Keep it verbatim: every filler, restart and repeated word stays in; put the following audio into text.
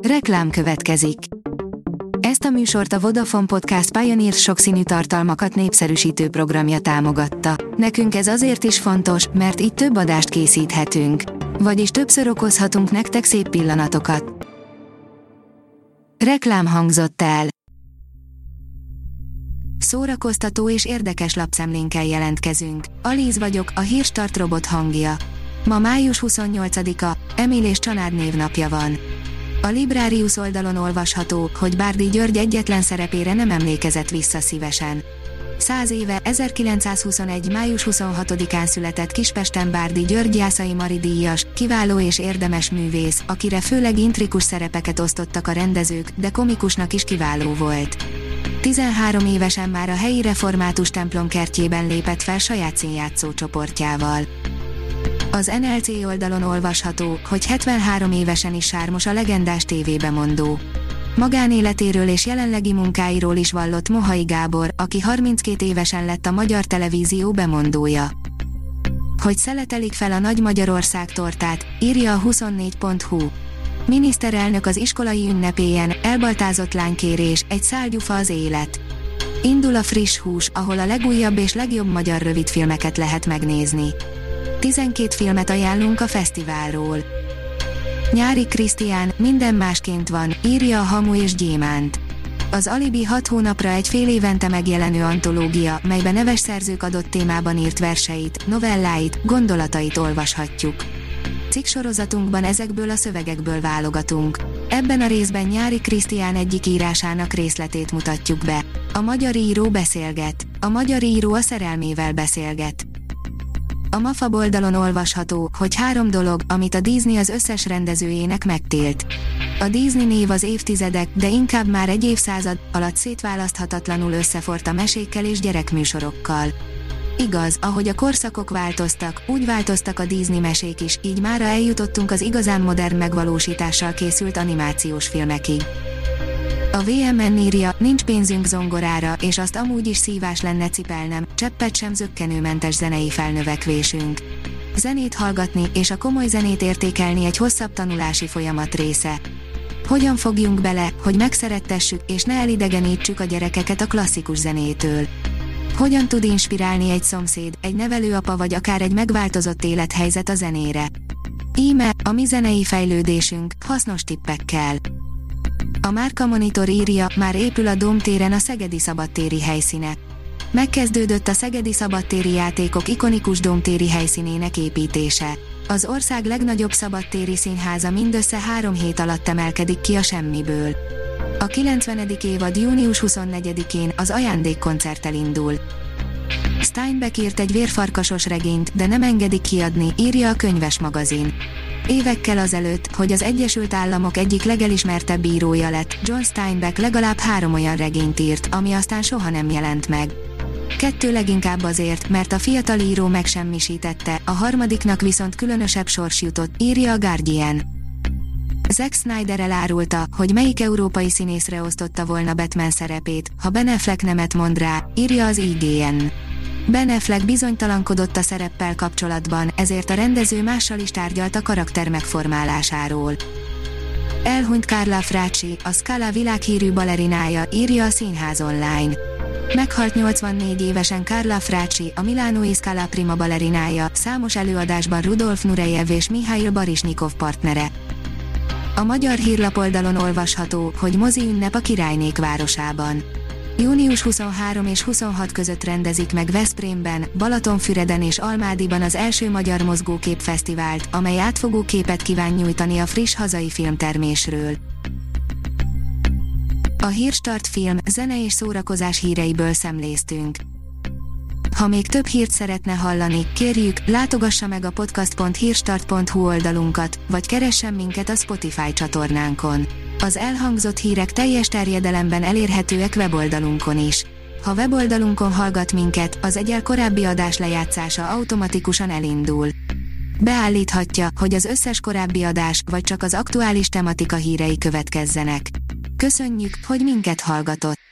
Reklám következik. Ezt a műsort a Vodafone Podcast Pioneer sokszínű tartalmakat népszerűsítő programja támogatta. Nekünk ez azért is fontos, mert így több adást készíthetünk. Vagyis többször okozhatunk nektek szép pillanatokat. Reklám hangzott el. Szórakoztató és érdekes lapszemlénkkel jelentkezünk. Alíz vagyok, a Hírstart robot hangja. Ma május huszonnyolcadika, Emil és Csanád névnapja van. A Librarius oldalon olvasható, hogy Bárdi György egyetlen szerepére nem emlékezett vissza szívesen. Száz éve, ezerkilencszázhuszonegy. május huszonhatodikán született Kispesten Bárdi György Jászai Mari díjas, kiváló és érdemes művész, akire főleg intrikus szerepeket osztottak a rendezők, de komikusnak is kiváló volt. tizenhárom évesen már a helyi református templom kertjében lépett fel saját színjátszó csoportjával. Az en el cé oldalon olvasható, hogy hetvenhárom évesen is sármos a legendás tévébemondó. Magánéletéről és jelenlegi munkáiról is vallott Mohai Gábor, aki harminckét évesen lett a Magyar Televízió bemondója. Hogy szeletelik fel a Nagy Magyarország tortát, írja a huszonnégy pont hu. Miniszterelnök az iskolai ünnepélyen, elbaltázott lánykérés, egy szál gyufa az élet. Indul a friss hús, ahol a legújabb és legjobb magyar rövidfilmeket lehet megnézni. tizenkét filmet ajánlunk a fesztiválról. Nyári Krisztián, minden másként van, írja a Hamu és Gyémánt. Az Alibi hat hónapra egy fél évente megjelenő antológia, melybe neves szerzők adott témában írt verseit, novelláit, gondolatait olvashatjuk. Cikksorozatunkban ezekből a szövegekből válogatunk. Ebben a részben Nyári Krisztián egyik írásának részletét mutatjuk be. A magyar író beszélget. A magyar író a szerelmével beszélget. A Mafab oldalon olvasható, hogy három dolog, amit a Disney az összes rendezőjének megtilt. A Disney név az évtizedek, de inkább már egy évszázad alatt szétválaszthatatlanul összeforrt a mesékkel és gyerekműsorokkal. Igaz, ahogy a korszakok változtak, úgy változtak a Disney mesék is, így mára eljutottunk az igazán modern megvalósítással készült animációs filmekig. A vé em en írja, nincs pénzünk zongorára, és azt amúgy is szívás lenne cipelnem, cseppet sem zökkenőmentes zenei felnövekvésünk. Zenét hallgatni és a komoly zenét értékelni egy hosszabb tanulási folyamat része. Hogyan fogjunk bele, hogy megszerettessük és ne elidegenítsük a gyerekeket a klasszikus zenétől? Hogyan tud inspirálni egy szomszéd, egy nevelőapa vagy akár egy megváltozott élethelyzet a zenére? Íme, a mi zenei fejlődésünk, hasznos tippekkel. A Márka Monitor írja, már épül a Dóm téren a szegedi szabadtéri helyszíne. Megkezdődött a szegedi szabadtéri játékok ikonikus dómtéri helyszínének építése. Az ország legnagyobb szabadtéri színháza mindössze három hét alatt emelkedik ki a semmiből. A kilencvenedik évad június huszonnegyedikén az ajándékkoncerttel indul. Steinbeck írt egy vérfarkasos regényt, de nem engedik kiadni, írja a Könyves magazin. Évekkel azelőtt, hogy az Egyesült Államok egyik legelismertebb írója lett, John Steinbeck legalább három olyan regényt írt, ami aztán soha nem jelent meg. Kettő leginkább azért, mert a fiatal író megsemmisítette, a harmadiknak viszont különösebb sors jutott, írja a Guardian. Zack Snyder elárulta, hogy melyik európai színészre osztotta volna Batman szerepét, ha Ben Affleck nemet mond rá, írja az i gé en. Ben Affleck bizonytalankodott a szereppel kapcsolatban, ezért a rendező mással is tárgyalt a karakter megformálásáról. Elhunyt Carla Fracci, a Scala világhírű balerinája, írja a Színház online. Meghalt nyolcvannégy évesen Carla Fracci, a milánói Scala Prima balerinája, számos előadásban Rudolf Nureyev és Mihail Barisnyikov partnere. A Magyar Hírlap oldalon olvasható, hogy mozi ünnep a királynék városában. június huszonhárom és huszonhat között rendezik meg Veszprémben, Balatonfüreden és Almádiban az első Magyar Mozgókép Fesztivált, amely átfogó képet kíván nyújtani a friss hazai filmtermésről. A Hírstart film, zene és szórakozás híreiből szemléztünk. Ha még több hírt szeretne hallani, kérjük, látogassa meg a podcast pont hírstart pont hu oldalunkat, vagy keressen minket a Spotify csatornánkon. Az elhangzott hírek teljes terjedelemben elérhetőek weboldalunkon is. Ha weboldalunkon hallgat minket, az egyel korábbi adás lejátszása automatikusan elindul. Beállíthatja, hogy az összes korábbi adás, vagy csak az aktuális tematika hírei következzenek. Köszönjük, hogy minket hallgatott!